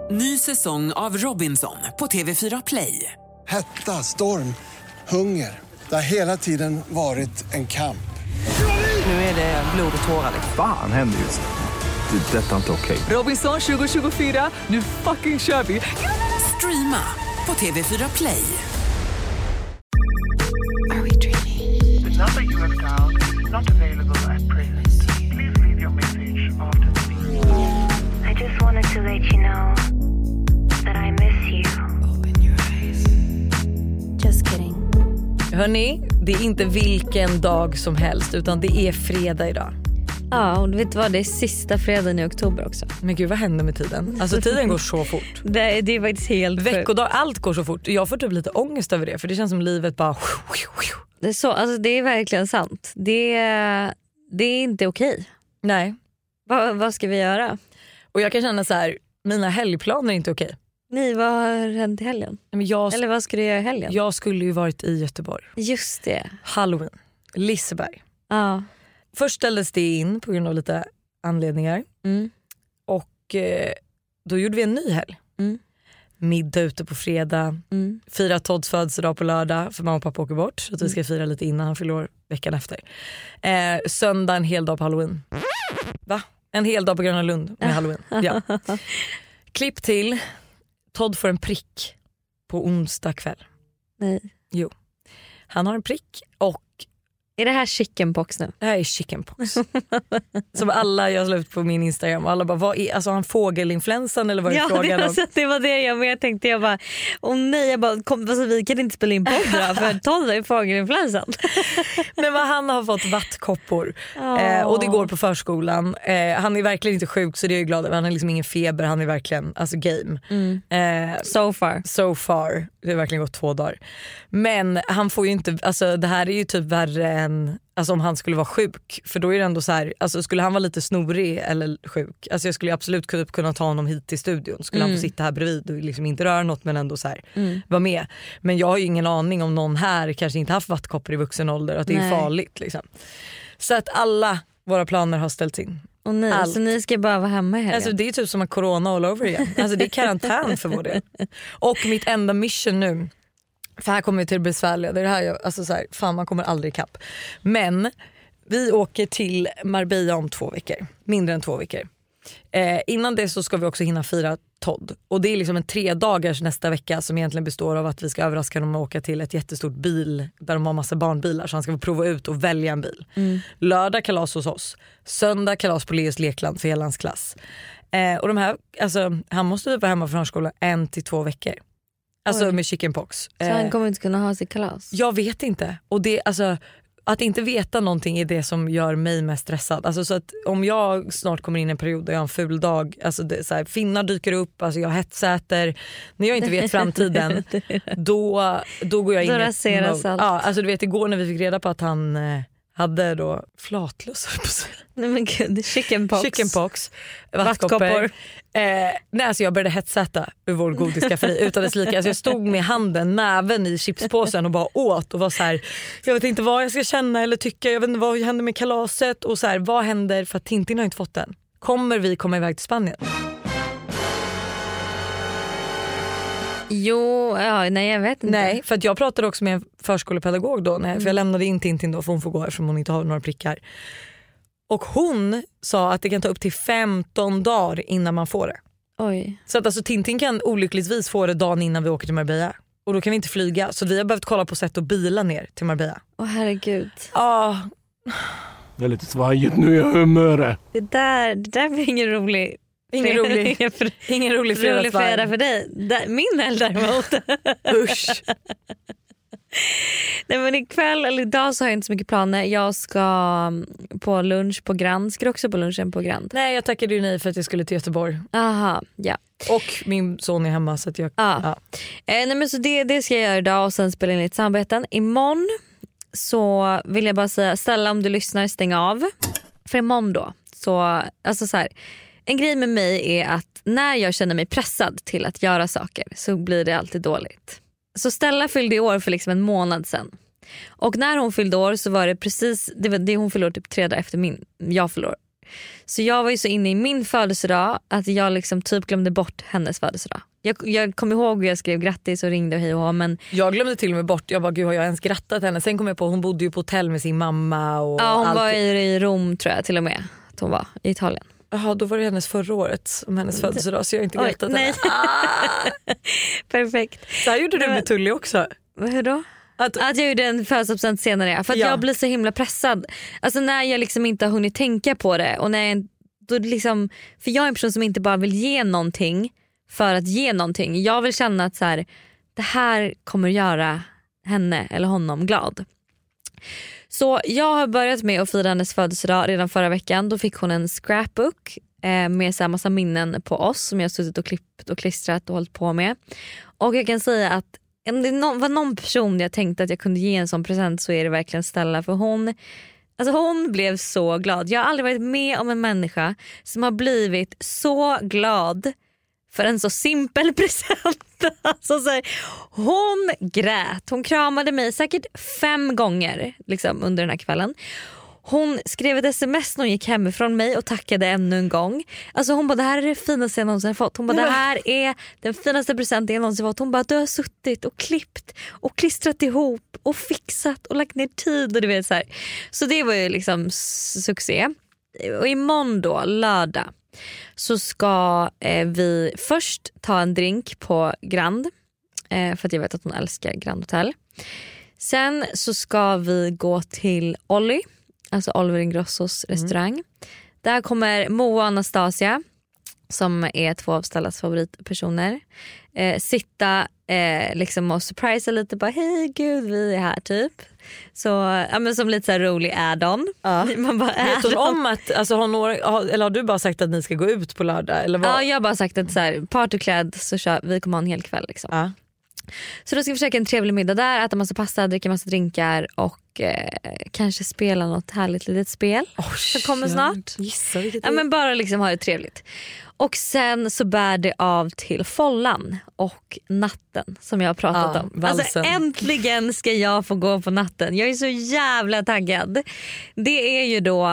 Ny säsong av Robinson på TV4 Play. Hetta, storm, hunger. Det har hela tiden varit en kamp. Nu är det blod och tårar. Fan händer just nu. Det. Detta är inte okej. Robinson 2024, nu fucking kör vi. Streama på TV4 Play. Are we dreaming? The number you have dialed is not available at present. Please leave your message after the beep. I just wanted to let you know that I miss you. Open your eyes. Just kidding. Hörrni, det är inte vilken dag som helst utan det är fredag idag. Ja, och du vet vad, det är sista fredagen i oktober också. Men gud, vad händer med tiden? Alltså tiden går så fort. Det är faktiskt helt Veckodag, allt går så fort. Jag får typ lite ångest över det, för det känns som livet bara... Det är så, alltså det är verkligen sant. Det är inte okej. Nej. Vad ska vi göra? Och jag kan känna så här, mina helgplaner är inte okej. Nej, vad har hänt i helgen? Men eller vad ska du göra i helgen? Jag skulle ju varit i Göteborg. Just det. Halloween. Liseberg. Ja. Först ställdes det in på grund av lite anledningar. Mm. Och då gjorde vi en ny helg. Mm. Middag ute på fredag. Fira Todds födelsedag på lördag, för mamma och pappa åker bort. Så att vi ska fira lite innan han fyller år veckan efter. Söndag en hel dag på Halloween. Va? En hel dag på Gröna Lund med Halloween. Ja. Klipp till. Todd får en prick på onsdag kväll. Nej. Jo. Han har en prick och... Är det här chickenpox nu? Det här är chickenpox. Som alla jag slut på min Instagram. Och alla bara, vad är, alltså han fågelinfluensan eller vad är frågan om? Det var det jag tänkte. Jag bara, åh nej, alltså, vi kan inte spela in poddar för Todd är fågelinfluensan. Men vad, han har fått vattkoppor. Och det går på förskolan. Han är verkligen inte sjuk, så det är jag glad över. Han har liksom ingen feber, han är verkligen alltså game. So far. Det har verkligen gått 2 dagar. Men han får ju inte, alltså det här är ju typ värre än alltså om han skulle vara sjuk, för då är det ändå så här, alltså skulle han vara lite snorig eller sjuk, alltså jag skulle absolut kunna ta honom hit till studion, skulle han få sitta här bredvid och liksom inte röra något, men ändå så här vara med. Men jag har ju ingen aning om någon här kanske inte haft vattkoppor i vuxen ålder, att det är farligt liksom. Så att alla våra planer har ställts in. Och så ni ska bara vara hemma i helgen? Alltså det är typ som en corona all over igen. Alltså det är karantän för vår del. Och mitt enda mission nu, för här kommer vi till besvärliga, det här alltså så här, fan man kommer aldrig ikapp. Men vi åker till Marbella om 2 veckor, mindre än 2 veckor. Innan det så ska vi också hinna fira Todd. Och det är liksom en 3 dagars nästa vecka som egentligen består av att vi ska överraska dem och åka till ett jättestort bil där de har massa barnbilar, så han ska få prova ut och välja en bil. Lördag kalas hos oss, söndag kalas på Leos lekland för hela hans klass. Och de här, alltså han måste vara hemma från förskolan 1 till 2 veckor. Alltså med chickenpox. Så han kommer inte kunna ha sitt kalas? Jag vet inte. Och det, alltså, att inte veta någonting är det som gör mig mest stressad. Alltså, så att om jag snart kommer in i en period där jag har en full dag, alltså det, så här, finnar dyker upp, alltså jag hetsäter, när jag inte vet framtiden då går jag in. Då raseras allt. Ja, alltså du vet igår när vi fick reda på att han hade då flatlösar på sig. Nej men gud, chickenpox. Vattkoppor. Nej, alltså jag började hetsäta ur vår godiskafferi utan dess like. Alltså jag stod med handen, näven i chipspåsen och bara åt och var så här, jag vet inte vad jag ska känna eller tycka, jag vet inte vad händer med kalaset och så här, vad händer, för att Tintin har inte fått den. Kommer vi komma iväg till Spanien? Nej jag vet inte. Nej, för att jag pratade också med en förskolepedagog då, för jag lämnade in Tintin då för hon får gå eftersom hon inte har några prickar. Och hon sa att det kan ta upp till 15 dagar innan man får det. Oj. Så att alltså Tintin kan olyckligtvis få det dagen innan vi åker till Marbella. Och då kan vi inte flyga, så vi har behövt kolla på sätt att bila ner till Marbella. Herregud. Ja. Det är lite svajigt nu i humöret. Det där blir ingen rolig. Ingen rolig fredag för dig. Min helg däremot. Usch. Nej men ikväll eller idag så har jag inte så mycket planer. Jag ska på lunch på Grand. Ska du också på lunchen på Grand? Nej, jag tackade ju nej för att jag skulle till Göteborg. Aha, ja. Och min son är hemma så att jag... Ja. Nej men så det ska jag göra idag och sen spela in lite samarbeten. Imorgon så vill jag bara säga, Stella om du lyssnar, stäng av. För imorgon då, så alltså så här, en grej med mig är att när jag känner mig pressad till att göra saker så blir det alltid dåligt. Så Stella fyllde år för liksom en månad sedan. Och när hon fyllde år så var det precis, det hon fyllde år typ 3 dagar efter jag fyllde år. Så jag var ju så inne i min födelsedag att jag liksom typ glömde bort hennes födelsedag. Jag kom ihåg hur jag skrev grattis och ringde och hej och hå, men jag glömde till och med bort. Jag bara, gud har jag ens grattat henne? Sen kom jag på, hon bodde ju på hotell med sin mamma och ja, hon allt. var i Rom tror jag till och med. Att hon var i Italien. Jaha, då var det hennes förra året om hennes födelsedag, så jag har inte grattat henne. Perfekt. Så här gjorde du med Tully också. Hur då? Att jag gjorde en födelsedagspresent senare. För att jag blir så himla pressad. Alltså när jag liksom inte har hunnit tänka på det. Och när jag, då liksom, för jag är en person som inte bara vill ge någonting för att ge någonting. Jag vill känna att så här, det här kommer göra henne eller honom glad. Så jag har börjat med att fira hennes födelsedag redan förra veckan. Då fick hon en scrapbook med så här massa minnen på oss som jag har suttit och klippt och klistrat och hållit på med. Och jag kan säga att om det var någon person jag tänkte att jag kunde ge en sån present, så är det verkligen Stella. För hon blev så glad. Jag har aldrig varit med om en människa som har blivit så glad för en så simpel present. Alltså så här, hon grät, hon kramade mig säkert 5 gånger liksom, under den här kvällen. Hon skrev ett sms när hon gick hemifrån mig och tackade ännu en gång. Alltså hon bara, det här är det finaste jag någonsin fått. Hon bara, det här är den finaste presenten jag någonsin fått. Hon bara, du har suttit och klippt och klistrat ihop och fixat och lagt ner tid och du vet så här. Så det var ju liksom succé. Och imorgon då, lördag, så ska vi först ta en drink på Grand. För att jag vet att hon älskar Grand Hotel. Sen så ska vi gå till Olly, alltså Oliver Ingrossos restaurang. Där kommer Moa och Anastasia, som är 2 av Stellas favoritpersoner, sitta liksom och surprisa lite, bara hej gud vi är här typ. Så ja, men som lite så här rolig add-on. Ja. Man bara, vet hon om att alltså, eller har du bara sagt att ni ska gå ut på lördag eller vad? Ja, jag har bara sagt att så här, partyklädd så vi kommer ha en hel kväll liksom. Ja. Så då ska vi försöka en trevlig middag där, äta massa pasta, dricka massa drinkar och kanske spela något härligt litet spel som kommer snart. Gissa vilket ja, men bara liksom ha det trevligt. Och sen så bär det av till Follan och natten som jag har pratat om. Valsen. Alltså äntligen ska jag få gå på natten. Jag är så jävla taggad. Det är ju då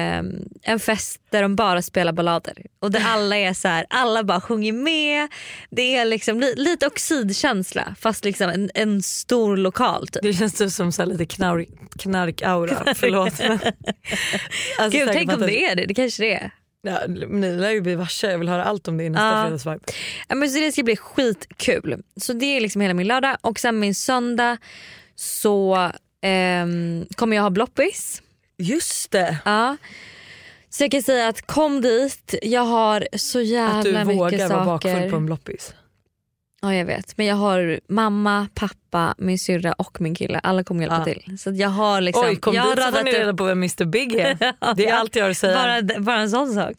en fest där de bara spelar ballader. Och där alla är så här, alla bara sjunger med. Det är liksom lite oxidkänsla fast liksom en stor lokal typ. Det känns som så här lite knark-aura. Förlåt. Alltså, gud, tänk om det är det kanske det är. Ja, ni lär ju bli varsa. Jag vill höra allt om det i nästa fredagsvarv. Ja, men så det ska bli skitkul. Så det är liksom hela min lördag. Och sen min söndag så kommer jag ha bloppis. Just det. Ja. Så jag kan säga att kom dit. Jag har så jävla mycket saker. Att du vågar vara bakfull på en bloppis. Ja, jag vet. Men jag har mamma, pappa, min syrra och min kille. Alla kommer hjälpa till. Så jag har liksom... Oj, kom dit så får ni reda på vem Mr. Big är. Det är allt jag har att säga. Bara en sån sak.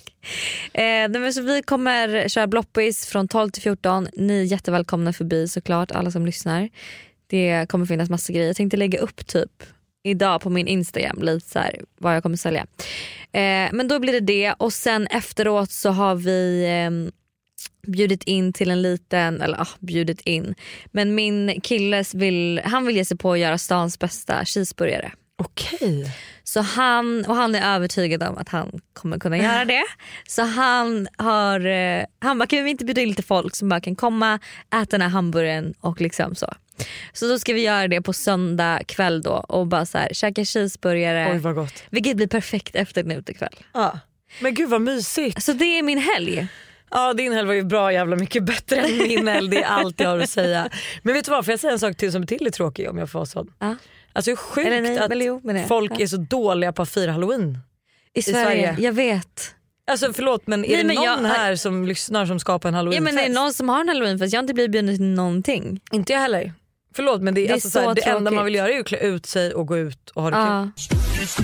Så vi kommer köra bloppis från 12 till 14. Ni är jättevälkomna förbi såklart, alla som lyssnar. Det kommer finnas massa grejer. Jag tänkte lägga upp typ idag på min Instagram lite så här, vad jag kommer sälja. Men då blir det. Och sen efteråt så har vi... bjudit in till en liten, eller bjudit in, men min kille vill ge sig på att göra stans bästa cheeseburgare. Okej. Så han är övertygad om att han kommer kunna göra det. Så han bara, kan vi inte bjuda in lite folk som bara kan komma, äta den här hamburgaren och liksom så. Så då ska vi göra det på söndag kväll då och bara så här käka cheeseburgare. Oj vad gott. Vilket blir perfekt efter en utekväll. Ja. Men gud vad mysigt. Så det är min helg. Ja, din helg var ju bra jävla mycket bättre än min helg. Det är allt jag har att säga. Men vet du vad, får jag säga en sak till som är till tråkig om jag får sån? Alltså det är sjukt att folk är så dåliga på att fira Halloween i Sverige. Jag vet. Alltså förlåt, men är det någon här som lyssnar som skapar en Halloweenfest? Ja, men är det någon som har en Halloweenfest? Jag har inte blivit bjuden till någonting. Inte jag heller. Förlåt, men det är alltså så det enda man vill göra är att klä ut sig och gå ut och ha det kul.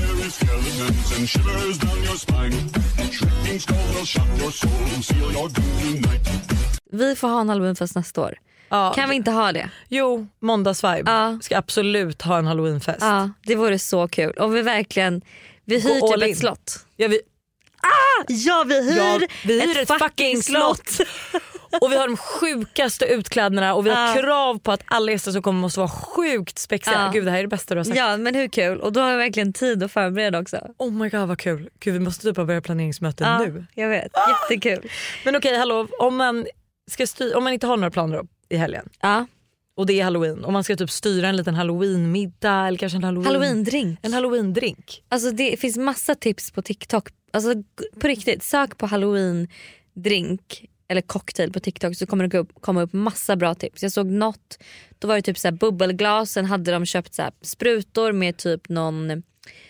Vi får ha en Halloweenfest nästa år. Kan vi inte ha det? Jo, måndagsvibe. Ska absolut ha en Halloweenfest. Ja, det vore så kul. Och vi hyr typ ett slott. Ja, vi hyr ett fucking slott. Och vi har de sjukaste utklädnaderna och vi har krav på att alla gäster som kommer måste vara sjukt spexiga. Gud, det här är det bästa du har sagt. Ja, men hur kul. Och då har vi verkligen tid att förbereda också. Oh my god, vad kul. Gud, vi måste typ börja planeringsmöten nu. Jag vet, jättekul. Men okej, hallå, om man inte har några planer i helgen. Ja. Och det är Halloween. Om man ska typ styra en liten Halloween-middag eller kanske en Halloween-drink. En Halloween-drink. Alltså det finns massa tips på TikTok. Alltså på riktigt, sök på Halloween-drink eller cocktail på TikTok så kommer det komma upp massa bra tips. Jag såg något, då var det typ så här bubbelglas, sen hade de köpt så här sprutor med typ någon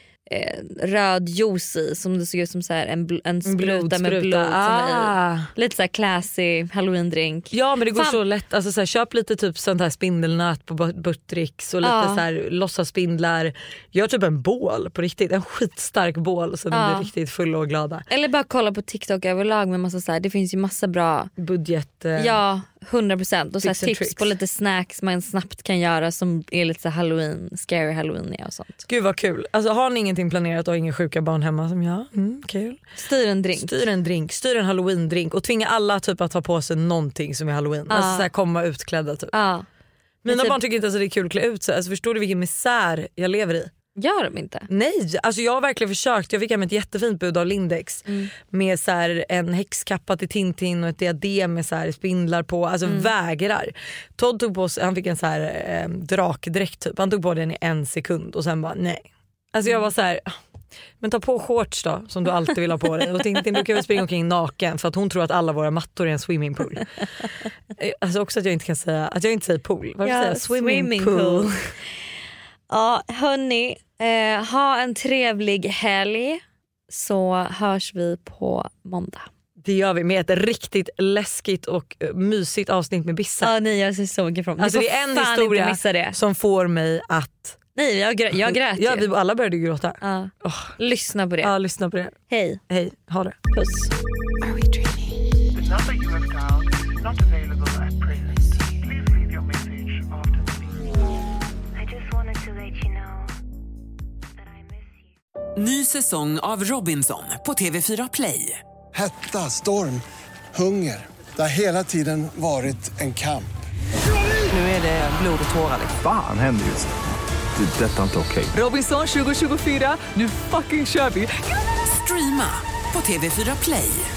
röd juice i som det såg ut som så här en spruta med blod som lite så här classy Halloween-drink. Ja, men det går så lätt. Alltså så här, köp lite typ sånt här spindelnöt på Buttricks och lite så här låtsasspindlar. Gör typ en bål på riktigt, en skitstark bål så de blir riktigt fulla och glada. Eller bara kolla på TikTok överlag med massa så här, det finns ju massa bra budget. Ja, 100%. Och så här tips tricks på lite snacks man snabbt kan göra som är lite så Halloween, scary Halloween och sånt. Gud vad kul. Alltså har ni ingenting planerat och har inga sjuka barn hemma som jag? Kul. Styr en drink. Styr en Halloween-drink och tvinga alla typ att ta på sig någonting som är Halloween. Alltså så här, komma utklädda typ. Mina barn tycker inte att det är kul att klä ut sig. Alltså förstår du vilken misär jag lever i? Gör de inte? Nej, alltså jag har verkligen försökt. Jag fick hem ett jättefint bud av Lindex med så här en häxkappa till Tintin och ett diadem med så här spindlar på. Alltså vägrar. Todd tog på sig, han fick en så här drakdräkt typ. Han tog på den i 1 sekund och sen bara nej. Alltså jag var så här, men ta på shorts då som du alltid vill ha på dig och Tintin, du kan väl springa omkring naken för att hon tror att alla våra mattor är en swimmingpool. Alltså också att jag inte kan säga att jag inte säger pool. Varför säger jag swimmingpool? Ja, hörni, ha en trevlig helg så hörs vi på måndag. Det gör vi med ett riktigt läskigt och mysigt avsnitt med Bissa. Ja, nej, jag ser så mycket fram. Alltså det är en historia som får mig att... Nej, jag grät. Ja, vi alla började gråta. Lyssna på det. Ja, lyssna på det. Hej. Hej, ha det. Puss. The number you have dialed is not available at present. Please leave your message after the beep. I just wanted to let you know that I miss you. Ny säsong av Robinson på TV4 Play. Hetta, storm, hunger. Det har hela tiden varit en kamp. Nu är det blod och tårar. Fan händer just nu. Det. Detta är inte okej. Robinson 2024, nu fucking kör vi. Streama på TV4 Play.